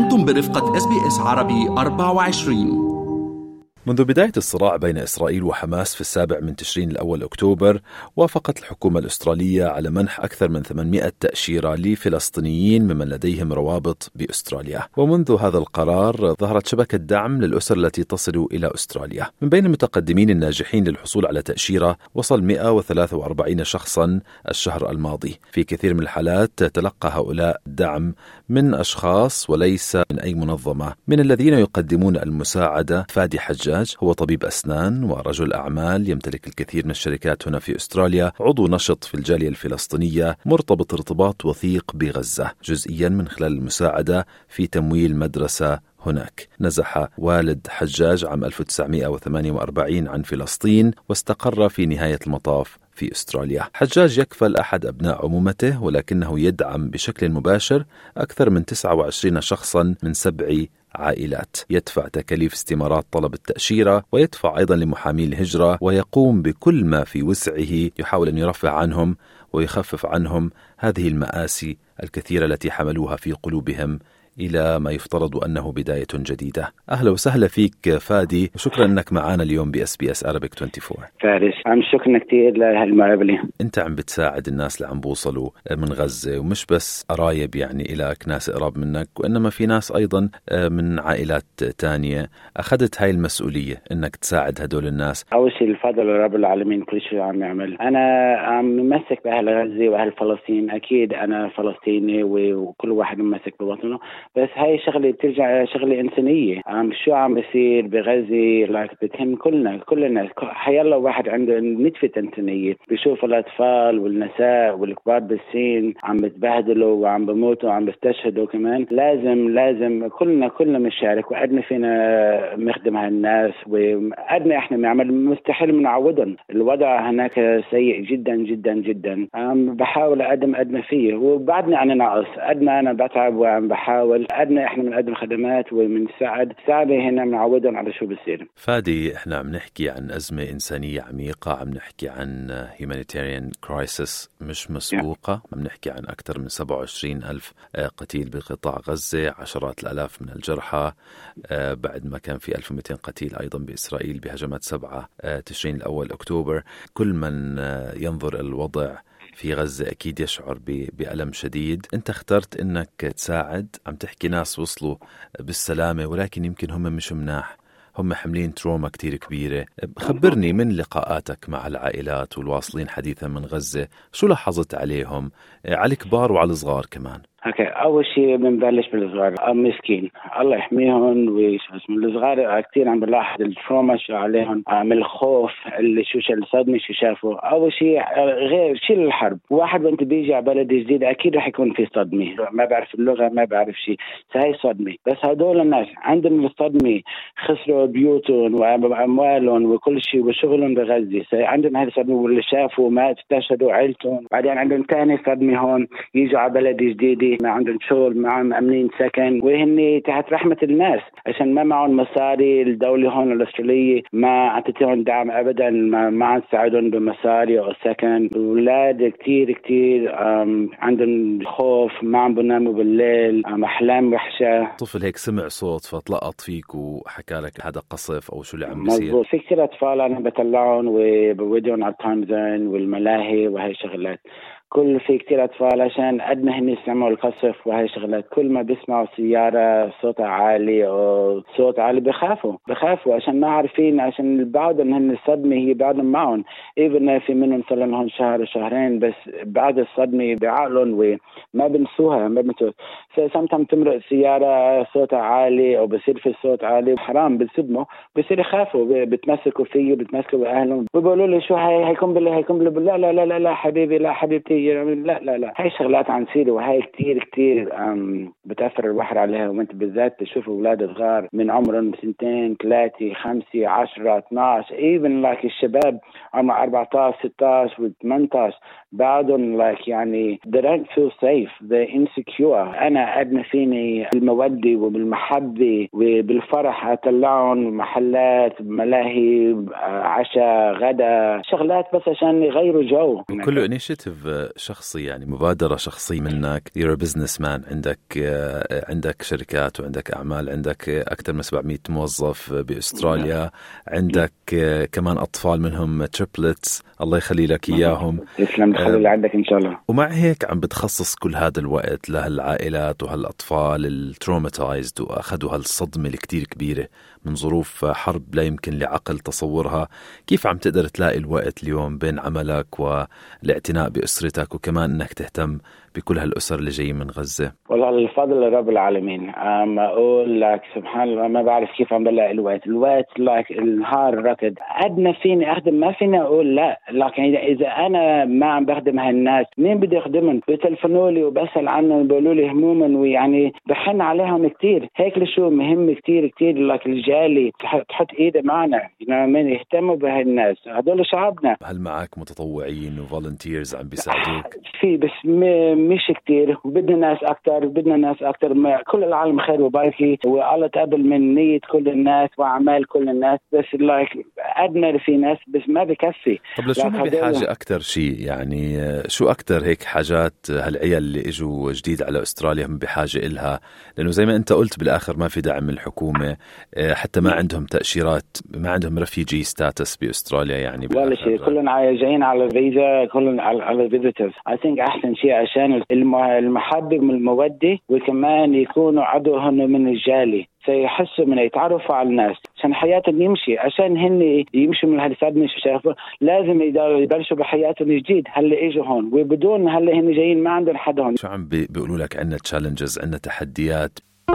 أنتم برفقة SBS عربي 24. منذ بداية الصراع بين إسرائيل وحماس في 7 تشرين الأول أكتوبر، وافقت الحكومة الأسترالية على منح أكثر من 800 تأشيرة لفلسطينيين ممن لديهم روابط بأستراليا. ومنذ هذا القرار ظهرت شبكة دعم للأسر التي تصل إلى أستراليا. من بين المتقدمين الناجحين للحصول على تأشيرة وصل 143 شخصا الشهر الماضي. في كثير من الحالات تلقى هؤلاء الدعم من أشخاص وليس من أي منظمة. من الذين يقدمون المساعدة فادي حجاج، هو طبيب أسنان ورجل أعمال يمتلك الكثير من الشركات هنا في أستراليا، عضو نشط في الجالية الفلسطينية، مرتبط ارتباط وثيق بغزة، جزئيا من خلال المساعدة في تمويل مدرسة هناك. نزح والد حجاج عام 1948 عن فلسطين واستقر في نهاية المطاف في أستراليا. حجاج يكفل أحد أبناء عمومته، ولكنه يدعم بشكل مباشر أكثر من 29 شخصا من 7 عائلات. يدفع تكاليف استمارات طلب التأشيرة، ويدفع أيضا لمحامي الهجرة، ويقوم بكل ما في وسعه يحاول أن يرفع عنهم ويخفف عنهم هذه المآسي الكثيرة التي حملوها في قلوبهم إلى ما يفترض أنه بداية جديدة. أهلا وسهلا فيك فادي، وشكرا أنك معنا اليوم بSBS Arabic 24. فارس، شكرا كثير لهالمقابلة. أنت عم بتساعد الناس اللي عم بوصلوا من غزة، ومش بس قرايب يعني إلى ناس قراب منك، وإنما في ناس أيضا من عائلات تانية. أخذت هاي المسؤولية أنك تساعد هدول الناس. أول شيء الفضل لرب العالمين، كل شيء عم يعمل. أنا عم ممسك بأهل غزة وأهل فلسطين. أكيد أنا فلسطيني وكل واحد ممسك بوطنه، بس هاي شغلة بترجع شغلة إنسانية. شو عم بيصير بغزة بتهم كل الناس. حيالله واحد عنده نتفة إنسانية، بيشوف الأطفال والنساء والكبار بالسن عم بتبهدلوا وعم بموتوا وعم بيستشهدوا كمان. لازم كلنا مشارك، وقدنا فينا نخدم هالناس، وقدنا إحنا نعمل مستحيل منعودهم. الوضع هناك سيء جدا جدا جدا. بحاول أقدم قدنا فيه، وبعدني أنا ناقص. أنا بتعب وعم بحاول. قدنا إحنا بنقدم خدمات وبنساعد هنا بنعودهم على شو بصير. فادي، إحنا عم نحكي عن أزمة إنسانية عميقة، عم نحكي عن humanitarian crisis مش مسبوقة. عم نحكي عن أكثر من 27,000 قتيل بقطاع غزة، عشرات الآلاف من الجرحى، بعد ما كان في 1200 قتيل أيضا بإسرائيل بهجمات 7 تشرين الأول أكتوبر. كل من ينظر الوضع في غزة أكيد يشعر بألم شديد. أنت اخترت أنك تساعد. عم تحكي ناس وصلوا بالسلامة، ولكن يمكن هم مش مناح، هم حملين تروما كتير كبيرة. خبرني من لقاءاتك مع العائلات والواصلين حديثا من غزة، شو لاحظت عليهم، على الكبار وعلى الصغار كمان؟ أول شيء بنبلش بالصغار. مسكين، الله يحميهم. الصغار كتير عم بلاحظ التروما شو عليهم، من الخوف، اللي شو الصدمة شو شافوا. أول شيء غير شيء الحرب. واحد وانت بيجي على بلد جديد أكيد رح يكون في صدمة، ما بعرف اللغة، ما بعرف شيء، هاي صدمة. بس هدول الناس عندهم الصدمة، خسروا بيوتهم وأموالهم وكل شيء وشغلهم بغزة، عندهم هاي الصدمة، واللي شافوا ما استشهدوا عيلتهم. بعدين عندهم تاني صدمة هون، يجوا على بلد جديد ما عندهم شغل، ما عم أمنين سكن، وهن تحت رحمة الناس عشان ما معهم مصاري. الدولة هون الأسترالية ما عطتهم دعم أبدا، ما عم تساعدهم بمصاري أو سكن. الأولاد كتير عندهم خوف، ما عم بناموا بالليل، أحلام وحشة. طفل هيك سمع صوت فتلقط فيك وحكى لك هذا قصف أو شو اللي عم بيصير؟ مظبوط. في كثير أطفال أنا بطلعهم وبوديهم على التايم زون والملاهي وهي شغلات. في كتير أطفال عشان قدنا هن يسمعوا القصف وهي شغلات، كل ما بيسمعوا سيارة صوتها عالي أو صوت عالي بخافوا عشان ما عارفين، عشان بعضهم هن الصدمة هي بعضهم معهم. في منهم صار لهم شهر وشهرين، بس بعد الصدمة بعقلهم وما بنسوها. سمتم تمرق سيارة صوتها عالي أو بصير في صوت عالي حرام، بتصدموا، بصير يخافوا، بتمسكوا فيه، بتمسكوا بأهلهم، بيقولوا لي شو هيكون بالله. لا حبيبي، لا حبيبتي، لا هاي شغلات عن سيرة، وهاي كتير بتأثر الواحد عليها. وانت بالذات تشوف أولاد صغار من عمرهم 2 3 5 10 12، even الشباب عمر 14 16 و18 بعدهم يعني they don't feel safe, they're insecure. أنا أدنى فيني المودة وبالمحبة وبالفرح أطلعهم محلات، ملاهي، عشاء، غدا، شغلات بس عشان يغيروا جو. كله initiative شخصي، يعني مبادرة شخصية منك. you're a businessman، عندك شركات وعندك أعمال، عندك أكثر من 700 موظف بأستراليا، عندك كمان أطفال منهم triplets، الله يخلي لك إياهم. تسلم، تخلي اللي عندك إن شاء الله. ومع هيك عم بتخصص كل هذا الوقت لهالعائلات وهالأطفال التروماتايزد وأخذوا هالصدمة الكتير كبيرة من ظروف حرب لا يمكن لعقل تصورها. كيف عم تقدر تلاقي الوقت اليوم بين عملك والاعتناء بأسرتك وكمان أنك تهتم بكل هالأسر اللي جايين من غزة؟ والله الفضل رب العالمين. أقول لك سبحان الله ما بعرف كيف عم بلاقي الوقت لك النهار ركض. أدنى فيني أخدم، ما فيني أقول لا، لكن إذا أنا ما عم بخدم هالناس مين بدي أخدمهم؟ بتلفنوا لي وبسأل عنهم بيقولوا لي هموما، ويعني بحن عليهم كتير. هيك لشو مهم كتير لك الجالي تحط إيده معنا، من يهتموا بهالناس هدول شعبنا. هل معك متطوعين وفولنتيرز عم بيساعدوك؟ في بس مش كتير، وبدنا ناس أكتر. كل العالم خير وبركة، والله تقبل من نية كل الناس وأعمال كل الناس، بس أدنى في ناس بس ما بكفي. طب لشو ما بحاجة أكتر شيء؟ يعني شو أكتر هيك حاجات هالعيال اللي إجوا جديد على أستراليا هم بحاجة إلها؟ لأنه زي ما أنت قلت بالآخر ما في دعم من الحكومة، حتى ما عندهم تأشيرات، ما عندهم ريفيجي ستاتس بأستراليا يعني. ولا شيء، كلنا جايين على فيزا، كلنا على فيزيتورز. I think أحسن شيء عشان المحبة من المودة، وكمان يكونوا عدوهم من الجالي، سيحسوا من يتعرفوا على الناس عشان حياتهم يمشي، عشان هن يمشوا من هالصدمة. شايفوا لازم يبلشوا بحياتهم جديد. هلا اجوا هون وبدون هلا هن جايين ما عندهم حدا هون. شو عم بيقولوا لك؟ عندنا تشالنجز، عندنا تحديات.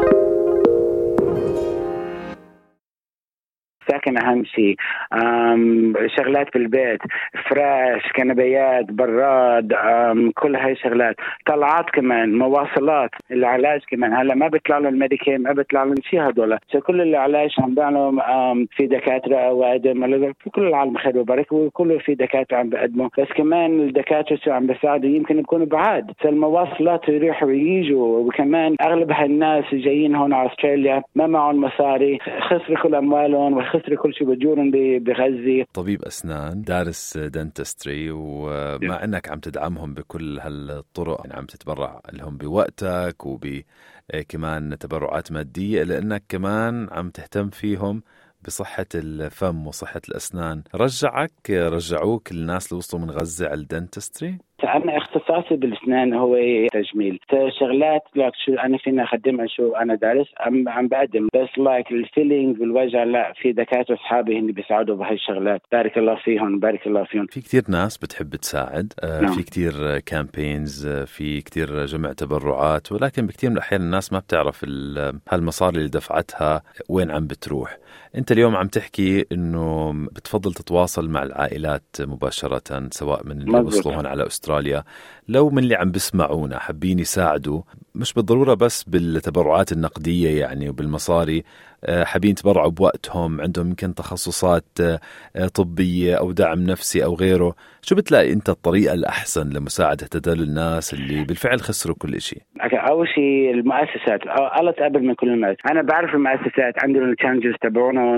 ساكن أهم شيء، شغلات في البيت، فراش، كنبيات، براد، كل هاي شغلات. طلعات كمان، مواصلات، العلاج كمان. هلا ما بيطلع لهم الميديكير، ما بيطلع لهم شيء هدول. كل العلاج عم بيعملوا في دكاترة أوادم في كل العالم خير وبركة، وكله في دكاترة عم بقدموا. بس كمان الدكاترة شو عم بيساعدوا، يمكن يكونوا بعاد، فالمواصلات يروحوا ويجوا. وكمان أغلب هالناس جايين هون على أستراليا ما معهم مصاري، خسروا كل أموالهم خسر كل شيء بجورن بغزة. طبيب أسنان، دارس دنتستري، ومع أنك عم تدعمهم بكل هالطرق، يعني عم تتبرع لهم بوقتك وبكمان تبرعات مادية، لأنك كمان عم تهتم فيهم بصحة الفم وصحة الأسنان. رجعوك الناس اللي وصلوا من غزة على الدنتستري؟ أنا اختصاصي بالأسنان هو تجميل. شغلات شو أنا فينا أخدمها، شو أنا دارس عم بقدم، بس الفيلينج والوجع لا، في دكاترة أصحابي هني بيساعدوا بهاي الشغلات. بارك الله فيهم. في كتير ناس بتحب تساعد، في كتير كامبينز، في كتير جمع تبرعات، ولكن بكتير من الأحيان الناس ما بتعرف هالمصاري اللي دفعتها وين عم بتروح. أنت اليوم عم تحكي إنه بتفضل تتواصل مع العائلات مباشرة، سواء من اللي وصلوا هون على أستراليا. لو من اللي عم بسمعونا حابين يساعدوا، مش بالضرورة بس بالتبرعات النقدية يعني وبالمصاري، حابين يتبرعوا بوقتهم، عندهم يمكن تخصصات طبية أو دعم نفسي أو غيره، شو بتلاقي أنت الطريقة الأحسن لمساعدة هدول الناس اللي بالفعل خسروا كل شيء؟ أول شيء المؤسسات، الله تقبل من كل الناس. أنا بعرف المؤسسات عندهم التشالنجز تبعونهم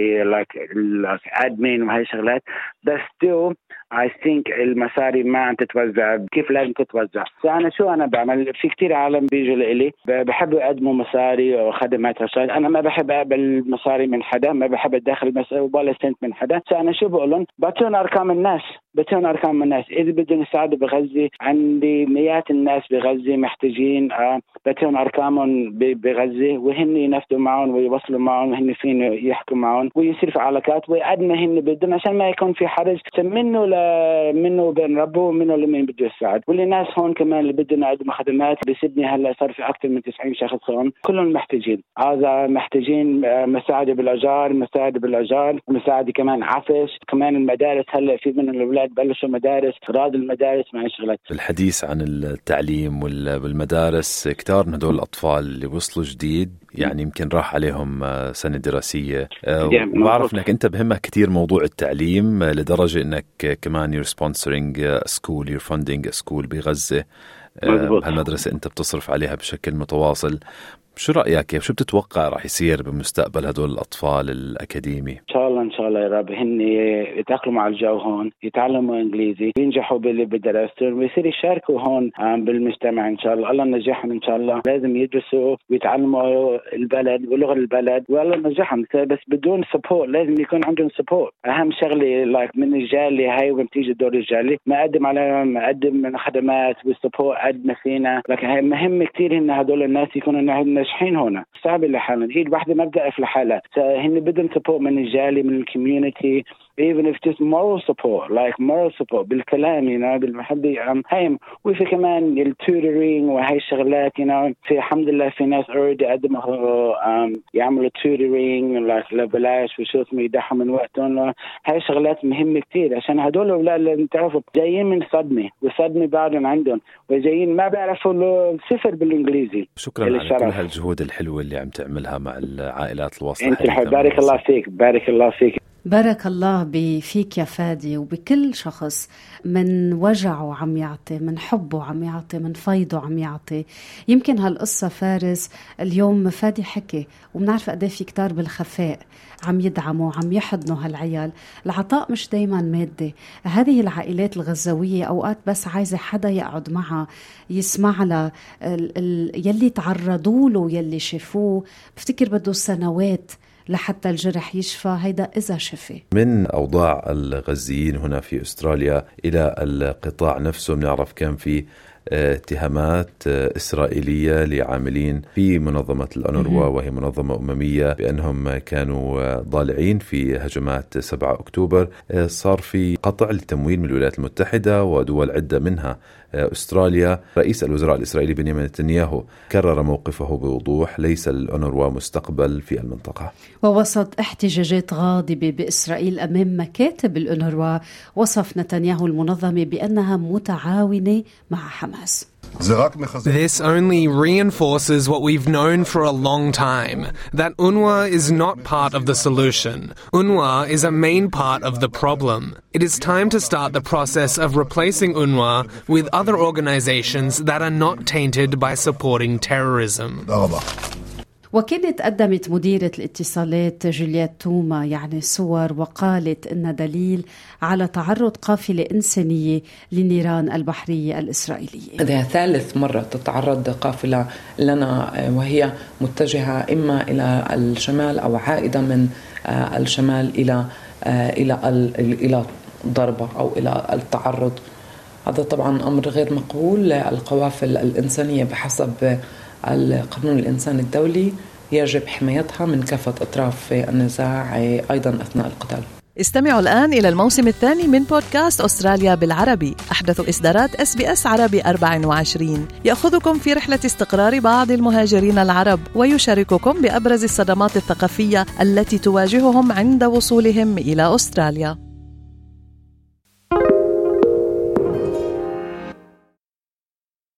admin وهي شغلات، بس I think المصاري ما عم تتوزع كيف لازم تتوزع. فأنا شو أنا بعمل، في كتير عالم بيجوا لإلي بحبوا يقدموا مصاري وخدمات رشاد. أنا ما بحب أقبل مصاري من حدا، ما بحب أدخل ولا سنت من حدا. فأنا شو بقولهم، بعطون أرقام الناس. إذا بدهم يساعدوا بغزة، عندي مئات الناس بغزة محتاجين، بعطون أرقامهم بغزة، وهن ينفذوا معهم ويوصلوا معهم، وهن فين يحكوا معهم ويصير في علاقات، ويقدموا هن بدهم عشان ما يكون في حرج منه وبين ربه ومنه لمن بده يساعد. واللي ناس هون كمان اللي بدهم يقدموا خدمات بسيدني، هلا صار في أكثر من 90 شخص هون، كلهم محتاجين مساعدة بالأجار، مساعدة كمان عفش، كمان المدارس. هلا في من الأولاد بلشوا مدارس، راد المدارس مع الشغلات. بالحديث عن التعليم والمدارس، كتار من هدول الأطفال اللي وصلوا جديد يعني يمكن راح عليهم سنة دراسية، وبعرف أنك أنت بهمك كتير موضوع التعليم، لدرجة أنك كمان you're sponsoring a school, you're funding a school بغزة. هالمدرسة أنت بتصرف عليها بشكل متواصل. شو رأيك؟ شو بتتوقع رح يصير بمستقبل هدول الأطفال الأكاديمي؟ إن شاء الله يا رب هن يتأقلموا على الجو هون، يتعلموا إنجليزي، ينجحوا باللي بدراستهم ويصير يشاركوا هون بالمجتمع إن شاء الله. الله نجحهم إن شاء الله. لازم يدرسوا ويتعلموا البلد ولغة البلد والله نجحهم، بس بدون سبورت. لازم يكون عندهم سبورت. أهم شغلة من الجالي هاي وبنتيجة دور الجالي مقدم عليهم، مقدم من خدمات والسبورت قد ما فينا. لكن هي مهم كتير إن هدول الناس يكونوا ناجحين هنا. صعب لحالهم، إيد واحدة ما بتقف لحالها. هن بدهم سبورت من الجالي من الكوميونتي. even if just moral support, like moral support بالكلام بالمحبة هاي. وفي كمان التورينج وهاي الشغلات في الحمد لله في ناس already قدموا يعملوا تورينج لبلاش وشوف يدحوا من وقتهم. هاي شغلات مهمة كتير عشان هدول الأولاد اللي تعرفوا جايين من صدمة والصدمة بعدهم عندهم وجايين ما بيعرفوا صفر بالإنجليزي. شكرا على كل هالجهود الحلوة اللي عم تعملها مع العائلات الوسطى. انت بارك الله فيك. بارك الله فيك. بارك الله فيك يا فادي وبكل شخص من وجعه عم يعطي، من حبه عم يعطي، من فيضه عم يعطي. يمكن هالقصة فارس اليوم فادي حكي وبنعرف قد ايه في كتار بالخفاء عم يدعموا عم يحضنوا هالعيال. العطاء مش دايما مادي. هذه العائلات الغزاوية أوقات بس عايزة حدا يقعد معها يسمع لها يلي تعرضوا له يلي شافوه. بفتكر بده سنوات لحتى الجرح يشفى، هيدا إذا شفي. من أوضاع الغزيين هنا في أستراليا إلى القطاع نفسه، بنعرف كان في اتهامات إسرائيلية لعاملين في منظمة الأونروا وهي منظمة أممية بأنهم كانوا ضالعين في هجمات 7 أكتوبر. صار في قطع للتمويل من الولايات المتحدة ودول عدة منها أستراليا. رئيس الوزراء الإسرائيلي بنيامين نتنياهو كرر موقفه بوضوح: ليس للأونروا مستقبل في المنطقة. ووسط احتجاجات غاضبة بإسرائيل أمام مكاتب الأونروا، وصف نتنياهو المنظمة بأنها متعاونة مع حماس. This only reinforces what we've known for a long time, that UNRWA is not part of the solution. UNRWA is a main part of the problem. It is time to start the process of replacing UNRWA with other organizations that are not tainted by supporting terrorism. وكانت قدمت مديرة الاتصالات جولييت توما صور وقالت إن دليل على تعرض قافلة إنسانية للنيران البحرية الإسرائيلية. هذه ثالث مرة تتعرض قافلة لنا وهي متجهة إما إلى الشمال أو عائدة من الشمال إلى ضربة أو إلى التعرض. هذا طبعا أمر غير مقبول. القوافل الإنسانية بحسب القانون الإنساني الدولي يجب حمايتها من كافة أطراف النزاع أيضا أثناء القتال. استمعوا الآن إلى الموسم الثاني من بودكاست أستراليا بالعربي، أحدث إصدارات SBS عربي 24، يأخذكم في رحلة استقرار بعض المهاجرين العرب ويشارككم بأبرز الصدمات الثقافية التي تواجههم عند وصولهم إلى أستراليا.